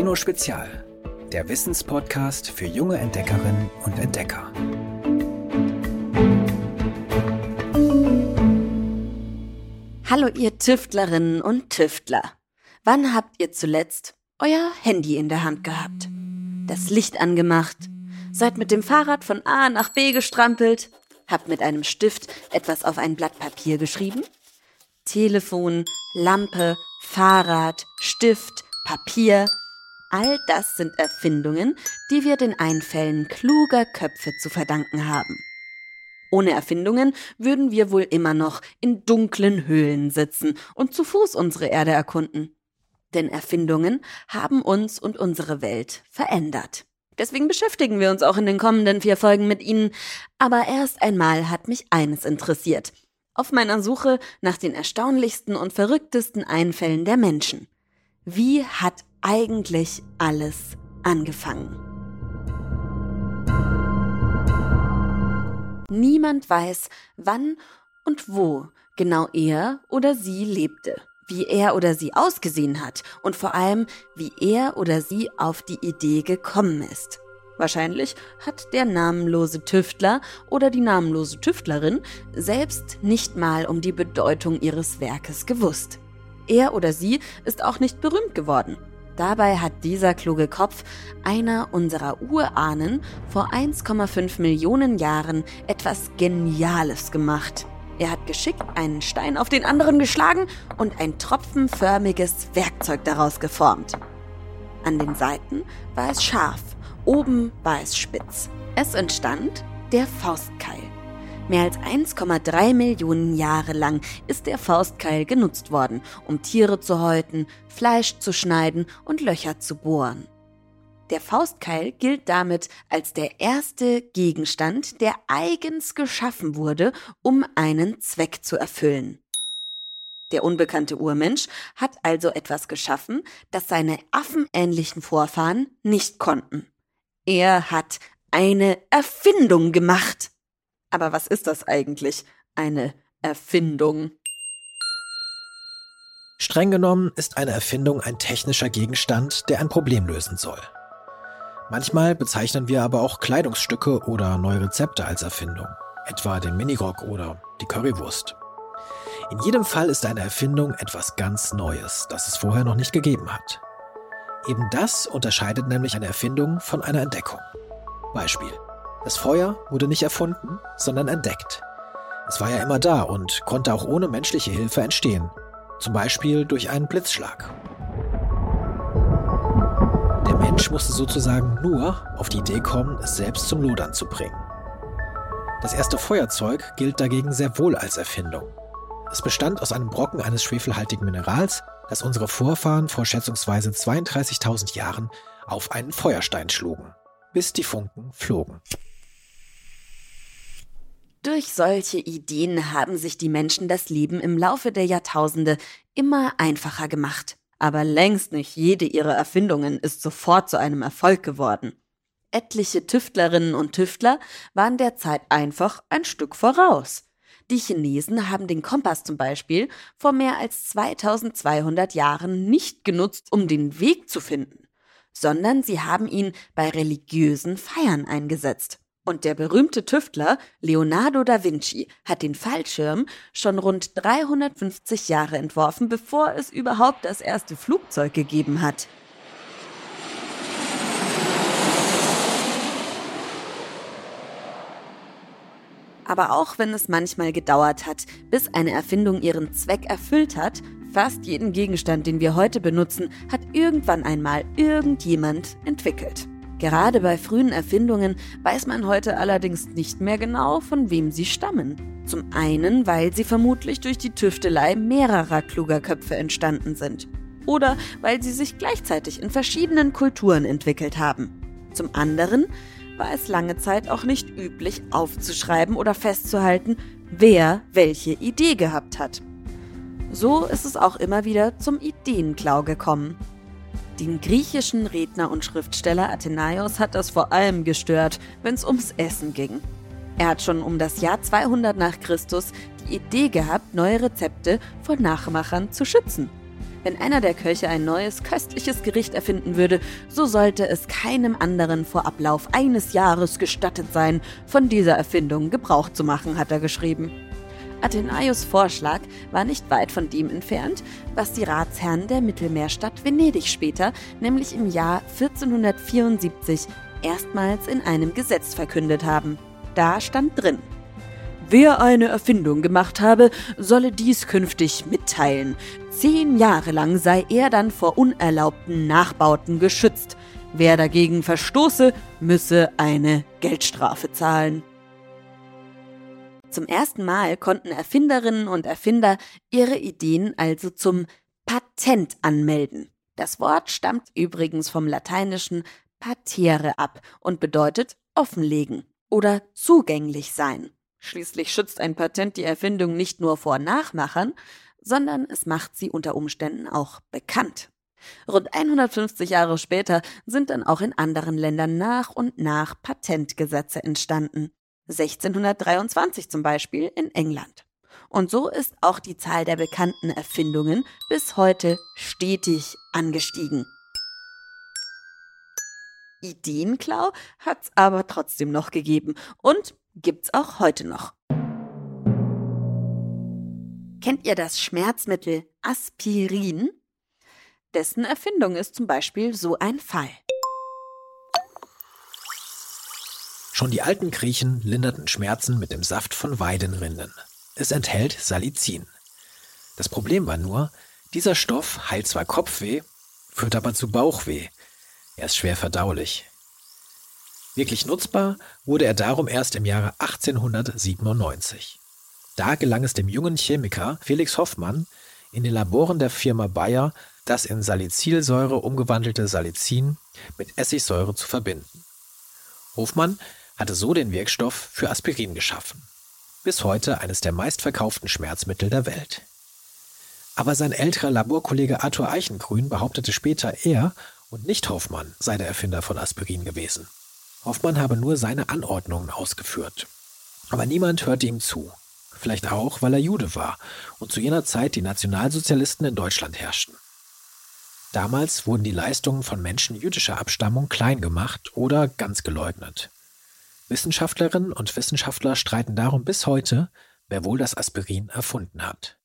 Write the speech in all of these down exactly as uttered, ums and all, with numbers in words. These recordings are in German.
Bruno Spezial, der Wissenspodcast für junge Entdeckerinnen und Entdecker. Hallo ihr Tüftlerinnen und Tüftler. Wann habt ihr zuletzt euer Handy in der Hand gehabt? Das Licht angemacht? Seid mit dem Fahrrad von A nach B gestrampelt? Habt mit einem Stift etwas auf ein Blatt Papier geschrieben? Telefon, Lampe, Fahrrad, Stift, Papier. All das sind Erfindungen, die wir den Einfällen kluger Köpfe zu verdanken haben. Ohne Erfindungen würden wir wohl immer noch in dunklen Höhlen sitzen und zu Fuß unsere Erde erkunden. Denn Erfindungen haben uns und unsere Welt verändert. Deswegen beschäftigen wir uns auch in den kommenden vier Folgen mit ihnen. Aber erst einmal hat mich eines interessiert. Auf meiner Suche nach den erstaunlichsten und verrücktesten Einfällen der Menschen. Wie hat eigentlich alles angefangen? Niemand weiß, wann und wo genau er oder sie lebte, wie er oder sie ausgesehen hat und vor allem, wie er oder sie auf die Idee gekommen ist. Wahrscheinlich hat der namenlose Tüftler oder die namenlose Tüftlerin selbst nicht mal um die Bedeutung ihres Werkes gewusst. Er oder sie ist auch nicht berühmt geworden. Dabei hat dieser kluge Kopf, einer unserer Urahnen, vor eins Komma fünf Millionen Jahren etwas Geniales gemacht. Er hat geschickt einen Stein auf den anderen geschlagen und ein tropfenförmiges Werkzeug daraus geformt. An den Seiten war es scharf, oben war es spitz. Es entstand der Faustkeil. Mehr als eins Komma drei Millionen Jahre lang ist der Faustkeil genutzt worden, um Tiere zu häuten, Fleisch zu schneiden und Löcher zu bohren. Der Faustkeil gilt damit als der erste Gegenstand, der eigens geschaffen wurde, um einen Zweck zu erfüllen. Der unbekannte Urmensch hat also etwas geschaffen, das seine affenähnlichen Vorfahren nicht konnten. Er hat eine Erfindung gemacht. Aber was ist das eigentlich, eine Erfindung? Streng genommen ist eine Erfindung ein technischer Gegenstand, der ein Problem lösen soll. Manchmal bezeichnen wir aber auch Kleidungsstücke oder neue Rezepte als Erfindung, etwa den Minirock oder die Currywurst. In jedem Fall ist eine Erfindung etwas ganz Neues, das es vorher noch nicht gegeben hat. Eben das unterscheidet nämlich eine Erfindung von einer Entdeckung. Beispiel: Das Feuer wurde nicht erfunden, sondern entdeckt. Es war ja immer da und konnte auch ohne menschliche Hilfe entstehen, zum Beispiel durch einen Blitzschlag. Der Mensch musste sozusagen nur auf die Idee kommen, es selbst zum Lodern zu bringen. Das erste Feuerzeug gilt dagegen sehr wohl als Erfindung. Es bestand aus einem Brocken eines schwefelhaltigen Minerals, das unsere Vorfahren vor schätzungsweise zweiunddreißigtausend Jahren auf einen Feuerstein schlugen, bis die Funken flogen. Durch solche Ideen haben sich die Menschen das Leben im Laufe der Jahrtausende immer einfacher gemacht. Aber längst nicht jede ihrer Erfindungen ist sofort zu einem Erfolg geworden. Etliche Tüftlerinnen und Tüftler waren der Zeit einfach ein Stück voraus. Die Chinesen haben den Kompass zum Beispiel vor mehr als zweitausendzweihundert Jahren nicht genutzt, um den Weg zu finden, sondern sie haben ihn bei religiösen Feiern eingesetzt. Und der berühmte Tüftler Leonardo da Vinci hat den Fallschirm schon rund dreihundertfünfzig Jahre entworfen, bevor es überhaupt das erste Flugzeug gegeben hat. Aber auch wenn es manchmal gedauert hat, bis eine Erfindung ihren Zweck erfüllt hat, fast jeden Gegenstand, den wir heute benutzen, hat irgendwann einmal irgendjemand entwickelt. Gerade bei frühen Erfindungen weiß man heute allerdings nicht mehr genau, von wem sie stammen. Zum einen, weil sie vermutlich durch die Tüftelei mehrerer kluger Köpfe entstanden sind. Oder weil sie sich gleichzeitig in verschiedenen Kulturen entwickelt haben. Zum anderen war es lange Zeit auch nicht üblich, aufzuschreiben oder festzuhalten, wer welche Idee gehabt hat. So ist es auch immer wieder zum Ideenklau gekommen. Den griechischen Redner und Schriftsteller Athenaios hat das vor allem gestört, wenn es ums Essen ging. Er hat schon um das Jahr zweihundert nach Christus die Idee gehabt, neue Rezepte vor Nachmachern zu schützen. Wenn einer der Köche ein neues, köstliches Gericht erfinden würde, so sollte es keinem anderen vor Ablauf eines Jahres gestattet sein, von dieser Erfindung Gebrauch zu machen, hat er geschrieben. Athenaios' Vorschlag war nicht weit von dem entfernt, was die Ratsherren der Mittelmeerstadt Venedig später, nämlich im Jahr vierzehnhundertvierundsiebzig, erstmals in einem Gesetz verkündet haben. Da stand drin: Wer eine Erfindung gemacht habe, solle dies künftig mitteilen. Zehn Jahre lang sei er dann vor unerlaubten Nachbauten geschützt. Wer dagegen verstoße, müsse eine Geldstrafe zahlen. Zum ersten Mal konnten Erfinderinnen und Erfinder ihre Ideen also zum Patent anmelden. Das Wort stammt übrigens vom lateinischen patere ab und bedeutet offenlegen oder zugänglich sein. Schließlich schützt ein Patent die Erfindung nicht nur vor Nachmachern, sondern es macht sie unter Umständen auch bekannt. Rund hundertfünfzig Jahre später sind dann auch in anderen Ländern nach und nach Patentgesetze entstanden. sechzehnhundertdreiundzwanzig zum Beispiel in England. Und so ist auch die Zahl der bekannten Erfindungen bis heute stetig angestiegen. Ideenklau hat's aber trotzdem noch gegeben und gibt's auch heute noch. Kennt ihr das Schmerzmittel Aspirin? Dessen Erfindung ist zum Beispiel so ein Fall. Schon die alten Griechen linderten Schmerzen mit dem Saft von Weidenrinden. Es enthält Salicin. Das Problem war nur, dieser Stoff heilt zwar Kopfweh, führt aber zu Bauchweh. Er ist schwer verdaulich. Wirklich nutzbar wurde er darum erst im Jahre achtzehnhundertsiebenundneunzig. Da gelang es dem jungen Chemiker Felix Hoffmann, in den Laboren der Firma Bayer das in Salicylsäure umgewandelte Salicin mit Essigsäure zu verbinden. Hoffmann hatte so den Wirkstoff für Aspirin geschaffen. Bis heute eines der meistverkauften Schmerzmittel der Welt. Aber sein älterer Laborkollege Arthur Eichengrün behauptete später, er und nicht Hoffmann sei der Erfinder von Aspirin gewesen. Hoffmann habe nur seine Anordnungen ausgeführt. Aber niemand hörte ihm zu. Vielleicht auch, weil er Jude war und zu jener Zeit die Nationalsozialisten in Deutschland herrschten. Damals wurden die Leistungen von Menschen jüdischer Abstammung klein gemacht oder ganz geleugnet. Wissenschaftlerinnen und Wissenschaftler streiten darum bis heute, wer wohl das Aspirin erfunden hat.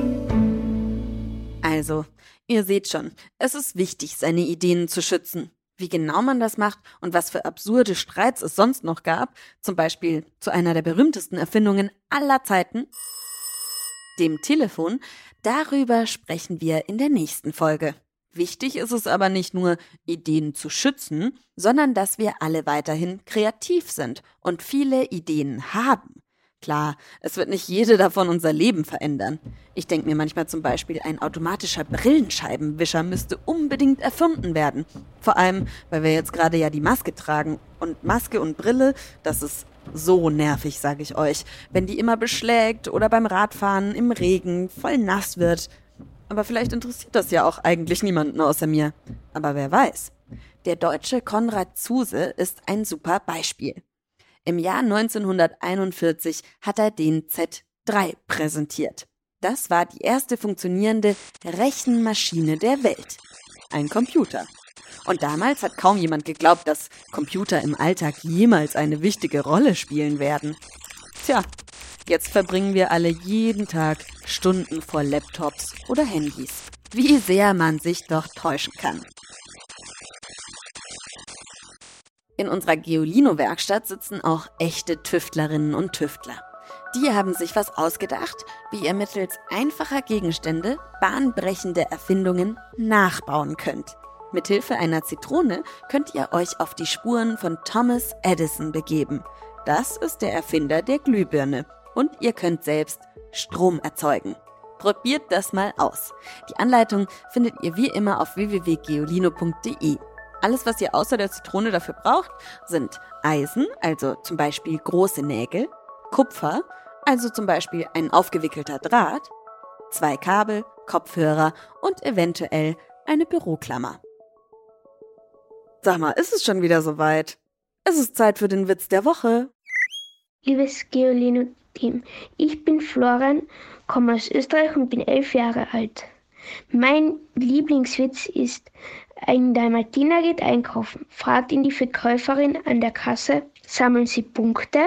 Also, ihr seht schon, es ist wichtig, seine Ideen zu schützen. Wie genau man das macht und was für absurde Streits es sonst noch gab, zum Beispiel zu einer der berühmtesten Erfindungen aller Zeiten, dem Telefon, darüber sprechen wir in der nächsten Folge. Wichtig ist es aber nicht nur, Ideen zu schützen, sondern dass wir alle weiterhin kreativ sind und viele Ideen haben. Klar, es wird nicht jede davon unser Leben verändern. Ich denke mir manchmal zum Beispiel, ein automatischer Brillenscheibenwischer müsste unbedingt erfunden werden. Vor allem, weil wir jetzt gerade ja die Maske tragen. Und Maske und Brille, das ist so nervig, sage ich euch. Wenn die immer beschlägt oder beim Radfahren im Regen voll nass wird. Aber vielleicht interessiert das ja auch eigentlich niemanden außer mir. Aber wer weiß. Der Deutsche Konrad Zuse ist ein super Beispiel. Im Jahr neunzehnhunderteinundvierzig hat er den Z drei präsentiert. Das war die erste funktionierende Rechenmaschine der Welt. Ein Computer. Und damals hat kaum jemand geglaubt, dass Computer im Alltag jemals eine wichtige Rolle spielen werden. Tja, jetzt verbringen wir alle jeden Tag Stunden vor Laptops oder Handys. Wie sehr man sich doch täuschen kann. In unserer Geolino-Werkstatt sitzen auch echte Tüftlerinnen und Tüftler. Die haben sich was ausgedacht, wie ihr mittels einfacher Gegenstände bahnbrechende Erfindungen nachbauen könnt. Mithilfe einer Zitrone könnt ihr euch auf die Spuren von Thomas Edison begeben. Das ist der Erfinder der Glühbirne. Und ihr könnt selbst Strom erzeugen. Probiert das mal aus. Die Anleitung findet ihr wie immer auf w w w punkt geolino punkt d e. Alles, was ihr außer der Zitrone dafür braucht, sind Eisen, also zum Beispiel große Nägel, Kupfer, also zum Beispiel ein aufgewickelter Draht, zwei Kabel, Kopfhörer und eventuell eine Büroklammer. Sag mal, ist es schon wieder soweit? Es ist Zeit für den Witz der Woche. Liebes Geolino-Team, ich bin Florian, komme aus Österreich und bin elf Jahre alt. Mein Lieblingswitz ist, ein Dalmatiner geht einkaufen, fragt ihn die Verkäuferin an der Kasse, sammeln Sie Punkte?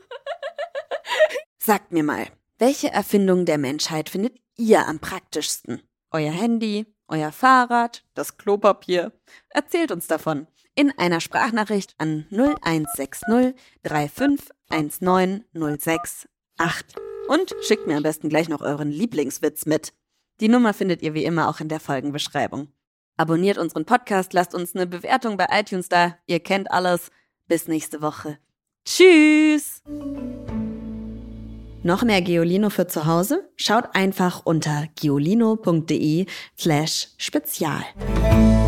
Sagt mir mal, welche Erfindung der Menschheit findet ihr am praktischsten? Euer Handy, euer Fahrrad, das Klopapier? Erzählt uns davon in einer Sprachnachricht an null eins sechs null drei fünf eins neun null sechs acht und schickt mir am besten gleich noch euren Lieblingswitz mit. Die Nummer findet ihr wie immer auch in der Folgenbeschreibung. Abonniert unseren Podcast, lasst uns eine Bewertung bei iTunes da. Ihr kennt alles. Bis nächste Woche. Tschüss! Noch mehr Geolino für zu Hause? Schaut einfach unter geolino punkt de slash spezial.